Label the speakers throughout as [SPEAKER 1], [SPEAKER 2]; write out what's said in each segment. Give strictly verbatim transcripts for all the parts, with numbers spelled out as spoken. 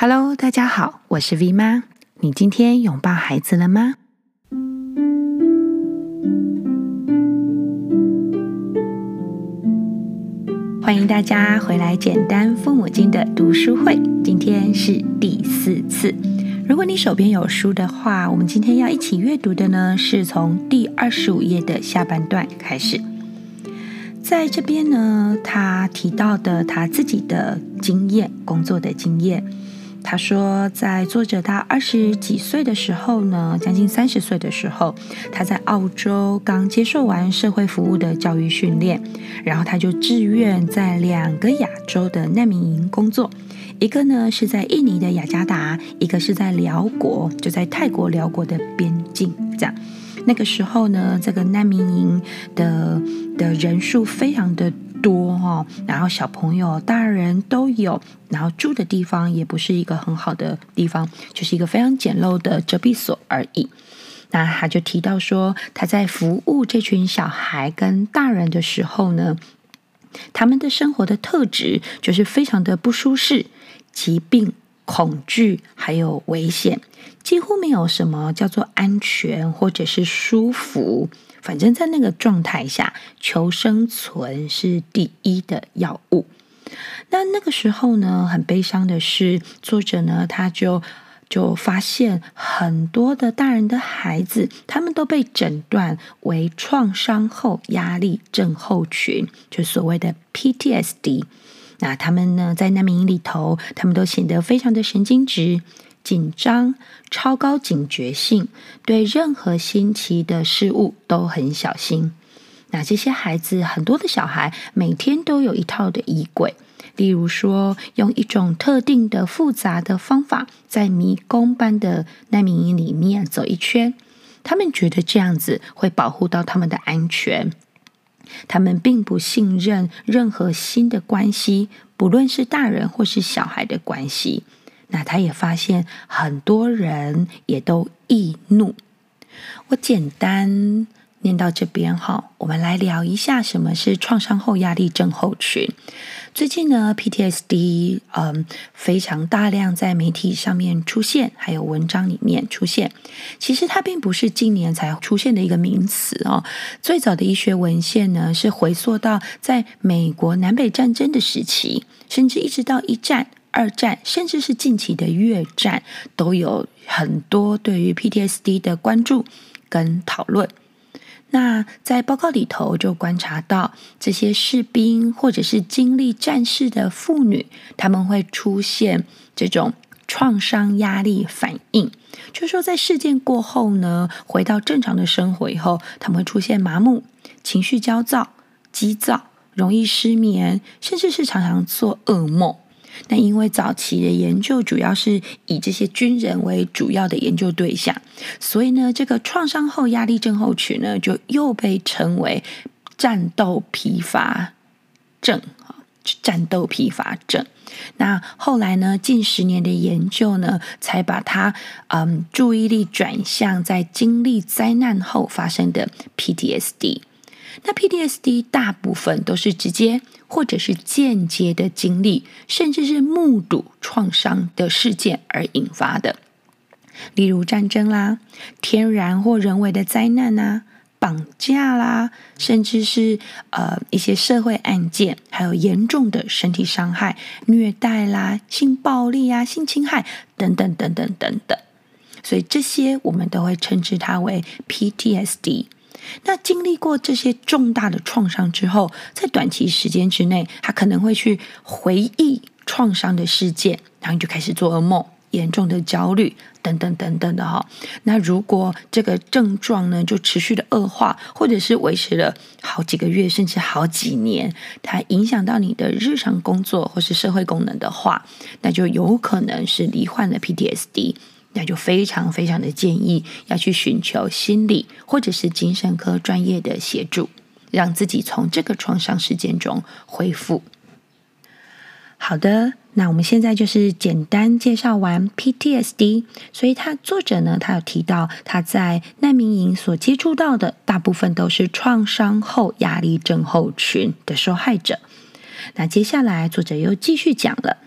[SPEAKER 1] Hello， 大家好，我是 V 妈。你今天拥抱孩子了吗？欢迎大家回来简单父母经的读书会，今天是第四次。如果你手边有书的话，我们今天要一起阅读的呢，是从第二十五页的下半段开始。在这边呢，他提到的他自己的经验，工作的经验。他说，在作者他二十几岁的时候呢，将近三十岁的时候，他在澳洲刚接受完社会服务的教育训练，然后他就志愿在两个亚洲的难民营工作，一个呢是在印尼的雅加达，一个是在辽国，就在泰国辽国的边境。这样，那个时候呢，这个难民营的的人数非常的多哈，然后小朋友、大人都有，然后住的地方也不是一个很好的地方，就是一个非常简陋的遮蔽所而已。那他就提到说，他在服务这群小孩跟大人的时候呢，他们的生活的特质就是非常的不舒适，疾病、恐惧还有危险，几乎没有什么叫做安全或者是舒服。反正在那个状态下，求生存是第一的要务。那那个时候呢，很悲伤的是，作者呢他就就发现很多的大人的孩子，他们都被诊断为创伤后压力症候群，就所谓的 P T S D。那他们呢，在难民营里头，他们都显得非常的神经质、紧张、超高警觉性，对任何新奇的事物都很小心。那这些孩子，很多的小孩每天都有一套的衣柜，例如说用一种特定的复杂的方法，在迷宫般的难民营里面走一圈，他们觉得这样子会保护到他们的安全。他们并不信任任何新的关系，不论是大人或是小孩的关系。那他也发现很多人也都易怒。我简单念到这边哈，我们来聊一下什么是创伤后压力症候群。最近呢 P T S D 嗯非常大量在媒体上面出现，还有文章里面出现。其实它并不是近年才出现的一个名词哦。最早的医学文献呢是回溯到在美国南北战争的时期，甚至一直到一战、二战，甚至是近期的越战，都有很多对于 P T S D 的关注跟讨论。那在报告里头就观察到，这些士兵或者是经历战事的妇女，他们会出现这种创伤压力反应，就是说在事件过后呢，回到正常的生活以后，他们会出现麻木、情绪焦躁、急躁、容易失眠，甚至是常常做噩梦。那因为早期的研究主要是以这些军人为主要的研究对象，所以呢，这个创伤后压力症候群呢，就又被称为战斗疲乏症。战斗疲乏症。那后来呢，近十年的研究呢，才把它嗯注意力转向在经历灾难后发生的 P T S D。那 P T S D 大部分都是直接或者是间接的经历，甚至是目睹创伤的事件而引发的，例如战争啦、天然或人为的灾难啊、绑架啦，甚至是呃一些社会案件，还有严重的身体伤害、虐待啦、性暴力啊、性侵害等等等等等等。所以这些我们都会称之它为 P T S D。那经历过这些重大的创伤之后，在短期时间之内，他可能会去回忆创伤的事件，然后就开始做噩梦、严重的焦虑等等等等的哈。那如果这个症状呢就持续的恶化，或者是维持了好几个月甚至好几年，它影响到你的日常工作或是社会功能的话，那就有可能是罹患了 P T S D。那就非常非常的建议要去寻求心理或者是精神科专业的协助，让自己从这个创伤事件中恢复。好的，那我们现在就是简单介绍完 P T S D， 所以他作者呢，他有提到他在难民营所接触到的大部分都是创伤后压力症候群的受害者。那接下来作者又继续讲了，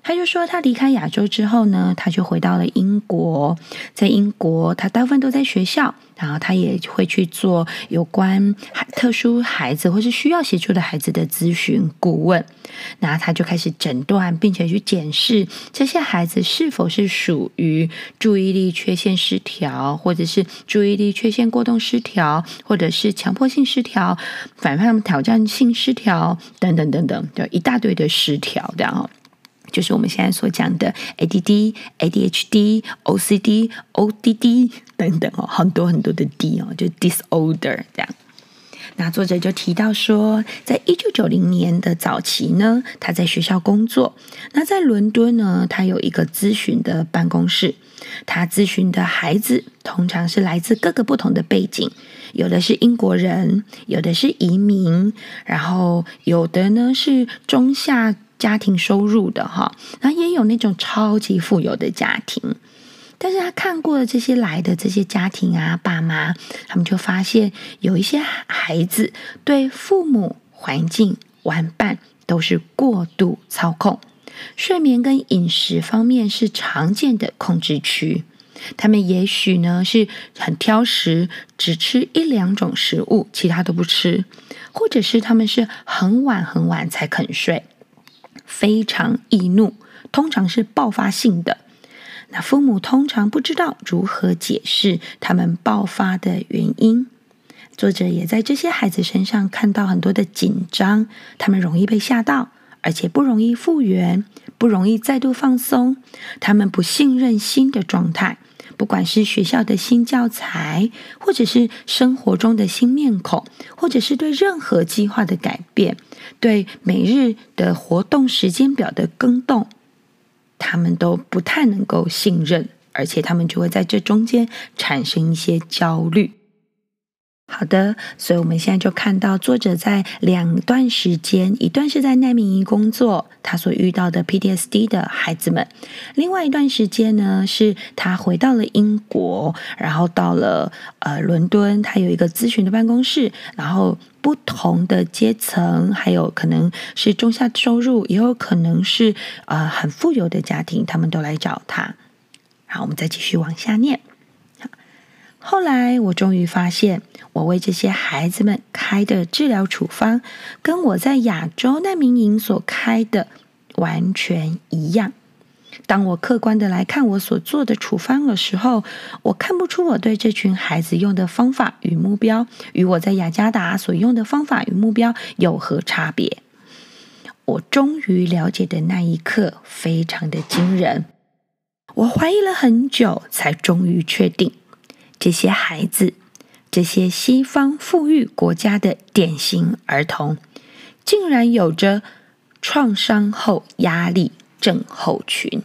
[SPEAKER 1] 他就说他离开亚洲之后呢，他就回到了英国，在英国他大部分都在学校，然后他也会去做有关特殊孩子或是需要协助的孩子的咨询顾问。那他就开始诊断并且去检视这些孩子是否是属于注意力缺陷失调，或者是注意力缺陷过动失调，或者是强迫性失调、反叛挑战性失调等等等等，就一大堆的失调这样哦。就是我们现在所讲的 A D D、A D H D、O C D、O D D 等等哦，很多很多的 D 哦，就 disorder 这样。那作者就提到说，在一九九零年的早期呢，他在学校工作。那在伦敦呢，他有一个咨询的办公室，他咨询的孩子通常是来自各个不同的背景，有的是英国人，有的是移民，然后有的呢是中下家庭收入的哈，那也有那种超级富有的家庭。但是他看过的这些来的这些家庭啊，爸妈，他们就发现有一些孩子对父母、环境、玩伴都是过度操控，睡眠跟饮食方面是常见的控制区。他们也许呢是很挑食，只吃一两种食物，其他都不吃，或者是他们是很晚很晚才肯睡，非常易怒，通常是爆发性的。那父母通常不知道如何解释他们爆发的原因。作者也在这些孩子身上看到很多的紧张，他们容易被吓到，而且不容易复原，不容易再度放松。他们不信任新的状态，不管是学校的新教材，或者是生活中的新面孔，或者是对任何计划的改变，对每日的活动时间表的更动，他们都不太能够信任，而且他们就会在这中间产生一些焦虑。好的，所以我们现在就看到作者在两段时间，一段是在难民营工作，他所遇到的 P T S D 的孩子们；另外一段时间呢，是他回到了英国，然后到了呃伦敦，他有一个咨询的办公室，然后不同的阶层，还有可能是中下收入，也有可能是呃很富有的家庭，他们都来找他。好，我们再继续往下念。后来我终于发现，我为这些孩子们开的治疗处方，跟我在亚洲难民营所开的完全一样。当我客观的来看我所做的处方的时候，我看不出我对这群孩子用的方法与目标，与我在雅加达所用的方法与目标有何差别。我终于了解的那一刻，非常的惊人。我怀疑了很久，才终于确定。这些孩子，这些西方富裕国家的典型儿童，竟然有着创伤后压力症候群。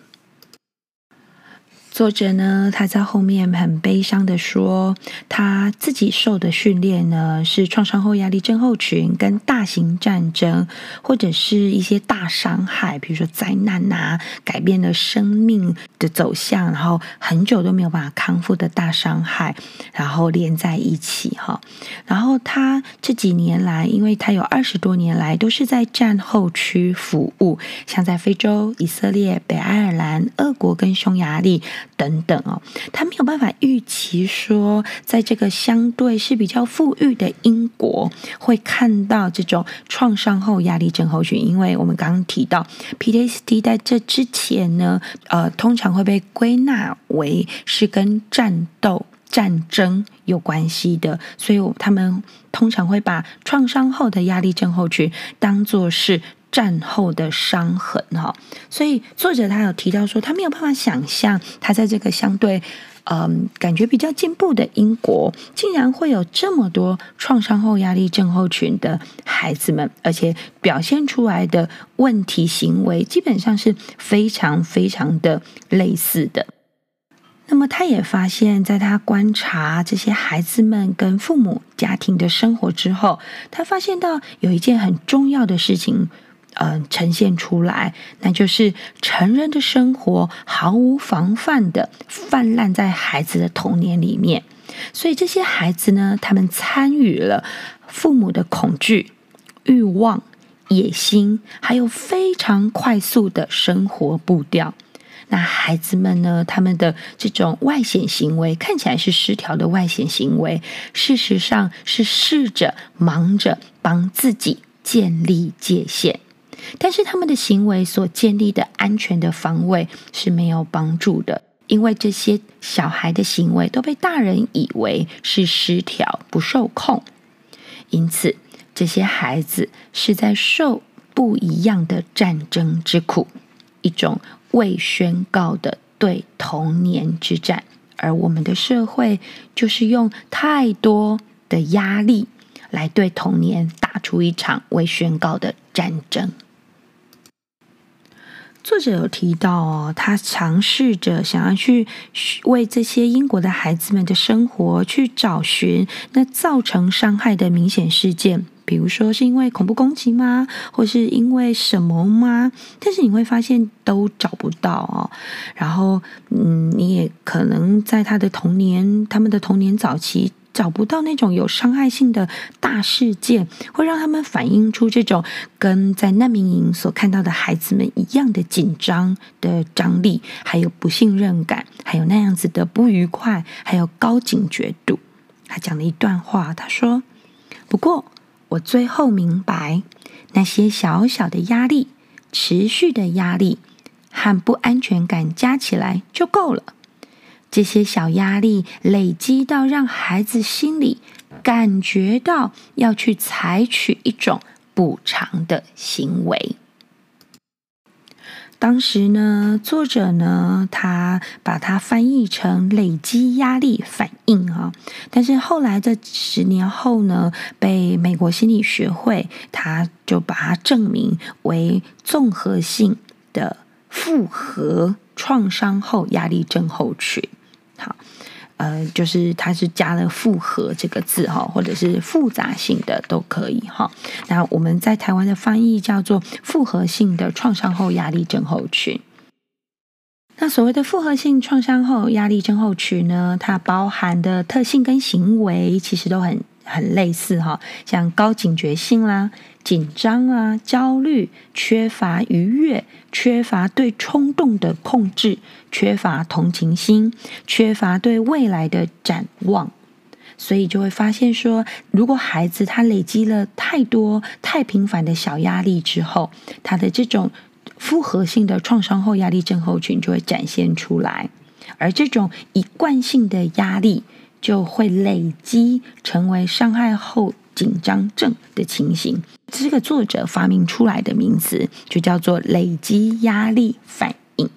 [SPEAKER 1] 作者呢，他在后面很悲伤的说，他自己受的训练呢是创伤后压力症候群跟大型战争，或者是一些大伤害，比如说灾难啊，改变了生命的走向，然后很久都没有办法康复的大伤害，然后连在一起哈。然后他这几年来，因为他有二十多年来都是在战后区服务，像在非洲、以色列、北爱尔兰、俄国跟匈牙利等等哦，他没有办法预期说，在这个相对是比较富裕的英国，会看到这种创伤后压力症候群。因为我们刚刚提到 P T S D 在这之前呢，呃，通常会被归纳为是跟战斗、战争有关系的，所以他们通常会把创伤后的压力症候群当作是战后的伤痕哈。所以作者他有提到说，他没有办法想象他在这个相对嗯感觉比较进步的英国，竟然会有这么多创伤后压力症候群的孩子们，而且表现出来的问题行为基本上是非常非常的类似的。那么他也发现，在他观察这些孩子们跟父母家庭的生活之后，他发现到有一件很重要的事情呃，呈现出来，那就是成人的生活毫无防范的泛滥在孩子的童年里面。所以这些孩子呢，他们参与了父母的恐惧、欲望、 野心，还有非常快速的生活步调。那孩子们呢，他们的这种外显行为看起来是失调的外显行为，事实上是试着忙着帮自己建立界限，但是他们的行为所建立的安全的防卫是没有帮助的，因为这些小孩的行为都被大人以为是失调不受控，因此这些孩子是在受不一样的战争之苦，一种未宣告的对童年之战，而我们的社会就是用太多的压力来对童年打出一场未宣告的战争。作者有提到哦，他尝试着想要去为这些英国的孩子们的生活去找寻那造成伤害的明显事件，比如说是因为恐怖攻击吗，或是因为什么吗？但是你会发现都找不到哦。然后，嗯，你也可能在他的童年，他们的童年早期找不到那种有伤害性的大事件，会让他们反映出这种跟在难民营所看到的孩子们一样的紧张的张力，还有不信任感，还有那样子的不愉快，还有高警觉度。他讲了一段话，他说：不过我最后明白，那些小小的压力、持续的压力和不安全感加起来就够了。这些小压力累积到让孩子心里感觉到要去采取一种补偿的行为。当时呢，作者呢，他把它翻译成累积压力反应啊，但是后来这十年后呢，被美国心理学会，他就把它证明为综合性的复合创伤后压力症候群。好，呃，就是它是加了复合这个字哈，或者是复杂性的都可以哈。那我们在台湾的翻译叫做复合性的创伤后压力症候群。那所谓的复合性创伤后压力症候群呢，它包含的特性跟行为其实都很很类似哈，像高警觉性啦、紧张啊、焦虑、缺乏愉悦、缺乏对冲动的控制、缺乏同情心、缺乏对未来的展望。所以就会发现说，如果孩子他累积了太多太频繁的小压力之后，他的这种复合性的创伤后压力症候群就会展现出来，而这种一贯性的压力就会累积成为伤害后紧张症的情形。这个作者发明出来的名词就叫做累积压力反应。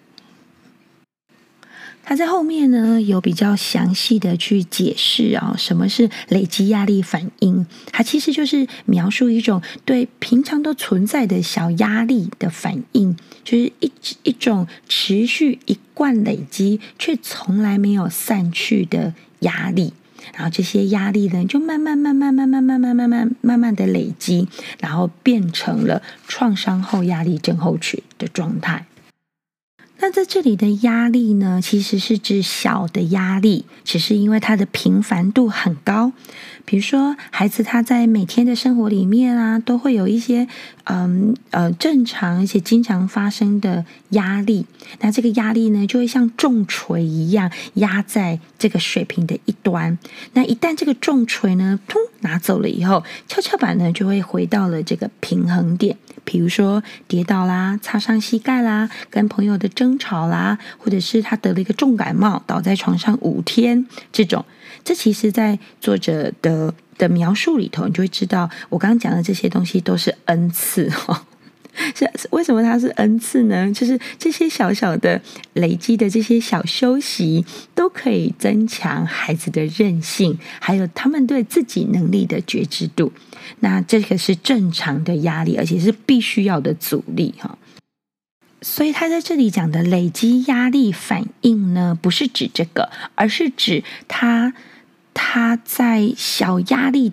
[SPEAKER 1] 他在后面呢有比较详细的去解释啊，什么是累积压力反应。它其实就是描述一种对平常都存在的小压力的反应，就是一一种持续一贯累积却从来没有散去的压力。然后这些压力呢，就慢慢慢慢慢慢慢慢慢慢慢慢的累积，然后变成了创伤后压力症候群的状态。那在这里的压力呢，其实是指小的压力，只是因为它的频繁度很高。比如说，孩子他在每天的生活里面啊，都会有一些嗯呃正常而且经常发生的压力。那这个压力呢，就会像重锤一样压在这个水平的一端。那一旦这个重锤呢，通拿走了以后，跷跷板呢就会回到了这个平衡点。比如说跌倒啦、擦伤膝盖啦、跟朋友的争吵啦，或者是他得了一个重感冒，倒在床上五天，这种，这其实在作者的的描述里头，你就会知道，我刚刚讲的这些东西都是恩赐哦。是为什么它是恩赐呢？就是这些小小的累积的这些小休息，都可以增强孩子的韧性，还有他们对自己能力的觉知度。那这个是正常的压力，而且是必须要的阻力哈。所以他在这里讲的累积压力反应呢，不是指这个，而是指他他在小压力的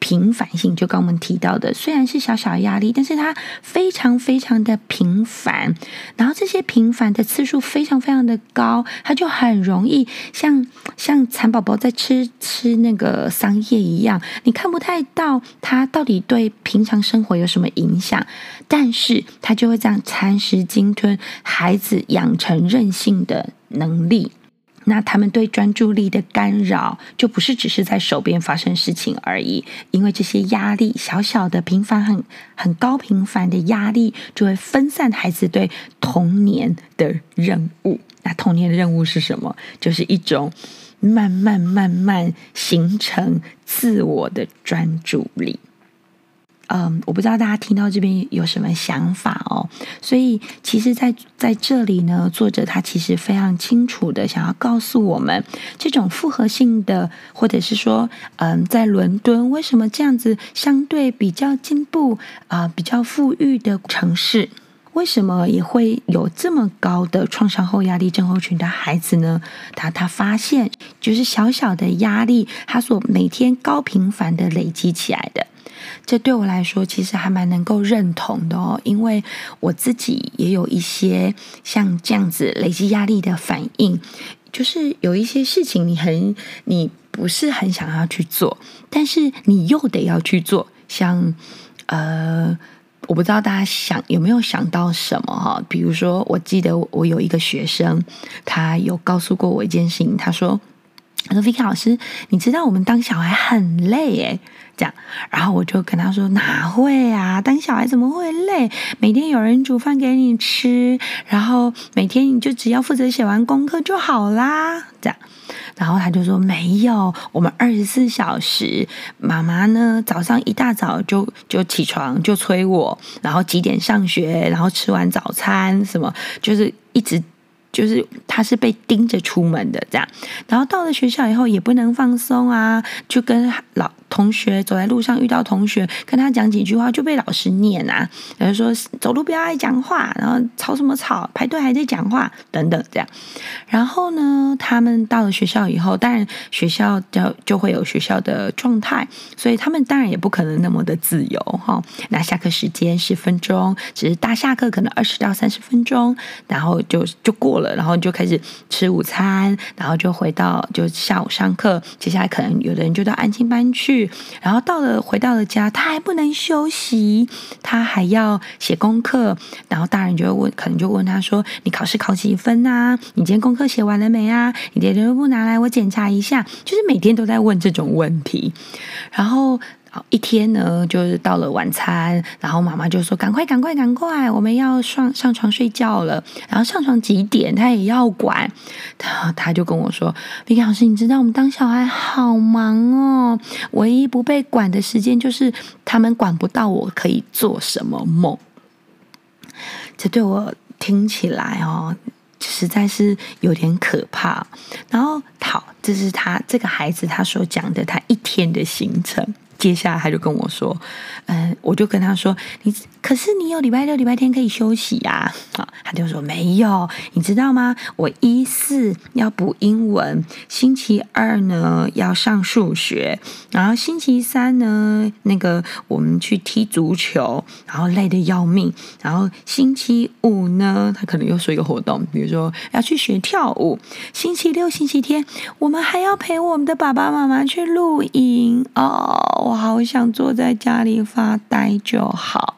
[SPEAKER 1] 频繁性，就刚我们提到的，虽然是小小压力，但是它非常非常的频繁，然后这些频繁的次数非常非常的高，它就很容易像像蚕宝宝在吃吃那个桑叶一样，你看不太到它到底对平常生活有什么影响，但是它就会这样蚕食鲸吞，孩子养成韧性的能力。那他们对专注力的干扰就不是只是在手边发生事情而已，因为这些压力小小的频繁很很高频繁的压力就会分散孩子对童年的任务。那童年的任务是什么？就是一种慢慢慢慢形成自我的专注力。嗯，我不知道大家听到这边有什么想法哦。所以其实在在这里呢，作者他其实非常清楚的想要告诉我们，这种复合性的，或者是说，嗯，在伦敦为什么这样子相对比较进步啊、呃，比较富裕的城市，为什么也会有这么高的创伤后压力症候群的孩子呢？他他发现，就是小小的压力，他所每天高频繁的累积起来的。这对我来说其实还蛮能够认同的哦，因为我自己也有一些像这样子累积压力的反应，就是有一些事情你很你不是很想要去做，但是你又得要去做，像呃。我不知道大家想有没有想到什么哈？比如说，我记得我有一个学生，他有告诉过我一件事情，他说：“他说 Vicky 老师，你知道我们当小孩很累耶。”这样，然后我就跟他说：“哪会啊？当小孩怎么会累？每天有人煮饭给你吃，然后每天你就只要负责写完功课就好啦。”这样。然后他就说没有，我们二十四小时，妈妈呢早上一大早就就起床就催我，然后几点上学，然后吃完早餐什么，就是一直就是他是被盯着出门的这样，然后到了学校以后也不能放松啊，就跟老同学走在路上遇到同学跟他讲几句话就被老师念啊，然后说走路不要爱讲话，然后吵什么吵，排队还在讲话等等这样。然后呢，他们到了学校以后，当然学校就就会有学校的状态，所以他们当然也不可能那么的自由哈。那下课时间十分钟，只是大下课可能二十到三十分钟，然后就就过了，然后就开始吃午餐，然后就回到就下午上课，接下来可能有的人就到安亲班去，然后到了回到了家，他还不能休息，他还要写功课，然后大人就会问，可能就问他说：“你考试考几分啊？你今天功课写完了没啊？你的联络簿拿来我检查一下。”就是每天都在问这种问题，然后。一天呢，就是到了晚餐，然后妈妈就说：“赶快，赶快，赶快，我们要上上床睡觉了。”然后上床几点，他也要管。他他就跟我说：“Vicky老师，你知道我们当小孩好忙哦，唯一不被管的时间就是他们管不到我可以做什么梦。”这对我听起来哦，实在是有点可怕。然后好，这是他这个孩子他所讲的他一天的行程。接下来他就跟我说，嗯、呃，我就跟他说，你可是你有礼拜六、礼拜天可以休息啊。啊，他就说没有，你知道吗？我一四要补英文，星期二呢要上数学，然后星期三呢那个我们去踢足球，然后累得要命，然后星期五呢他可能又说一个活动，比如说要去学跳舞，星期六、星期天我们还要陪我们的爸爸妈妈去露营哦。我好想坐在家里发呆就好。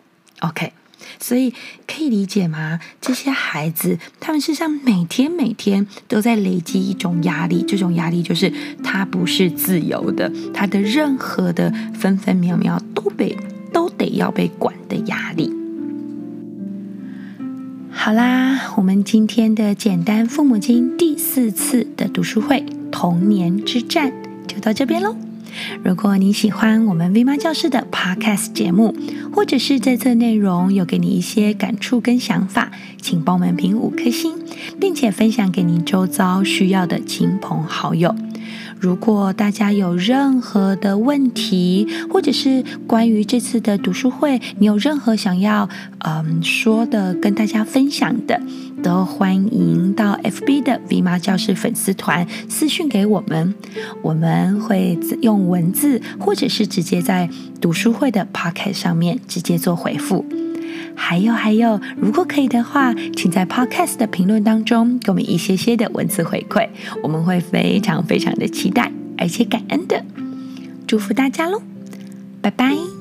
[SPEAKER 1] OK， 所以可以理解吗？这些孩子他们事实上每天每天都在累积一种压力，这种压力就是他不是自由的，他的任何的分分秒秒都被都得要被管的压力。好啦，我们今天的简单父母经第四次的读书会童年之战就到这边咯。如果你喜欢我们 V 妈教室的 Podcast 节目，或者是这次内容有给你一些感触跟想法，请帮我们评五颗星，并且分享给你周遭需要的亲朋好友。如果大家有任何的问题，或者是关于这次的读书会，你有任何想要嗯说的、跟大家分享的， 都欢迎到 F B 的 V 妈教室粉丝团私讯给我们，我们会用文字或者是直接在读书会的 Podcast 上面直接做回复。还有还有，如果可以的话，请在 Podcast 的评论当中给我们一些些的文字回馈，我们会非常非常的期待而且感恩的。祝福大家咯，拜拜。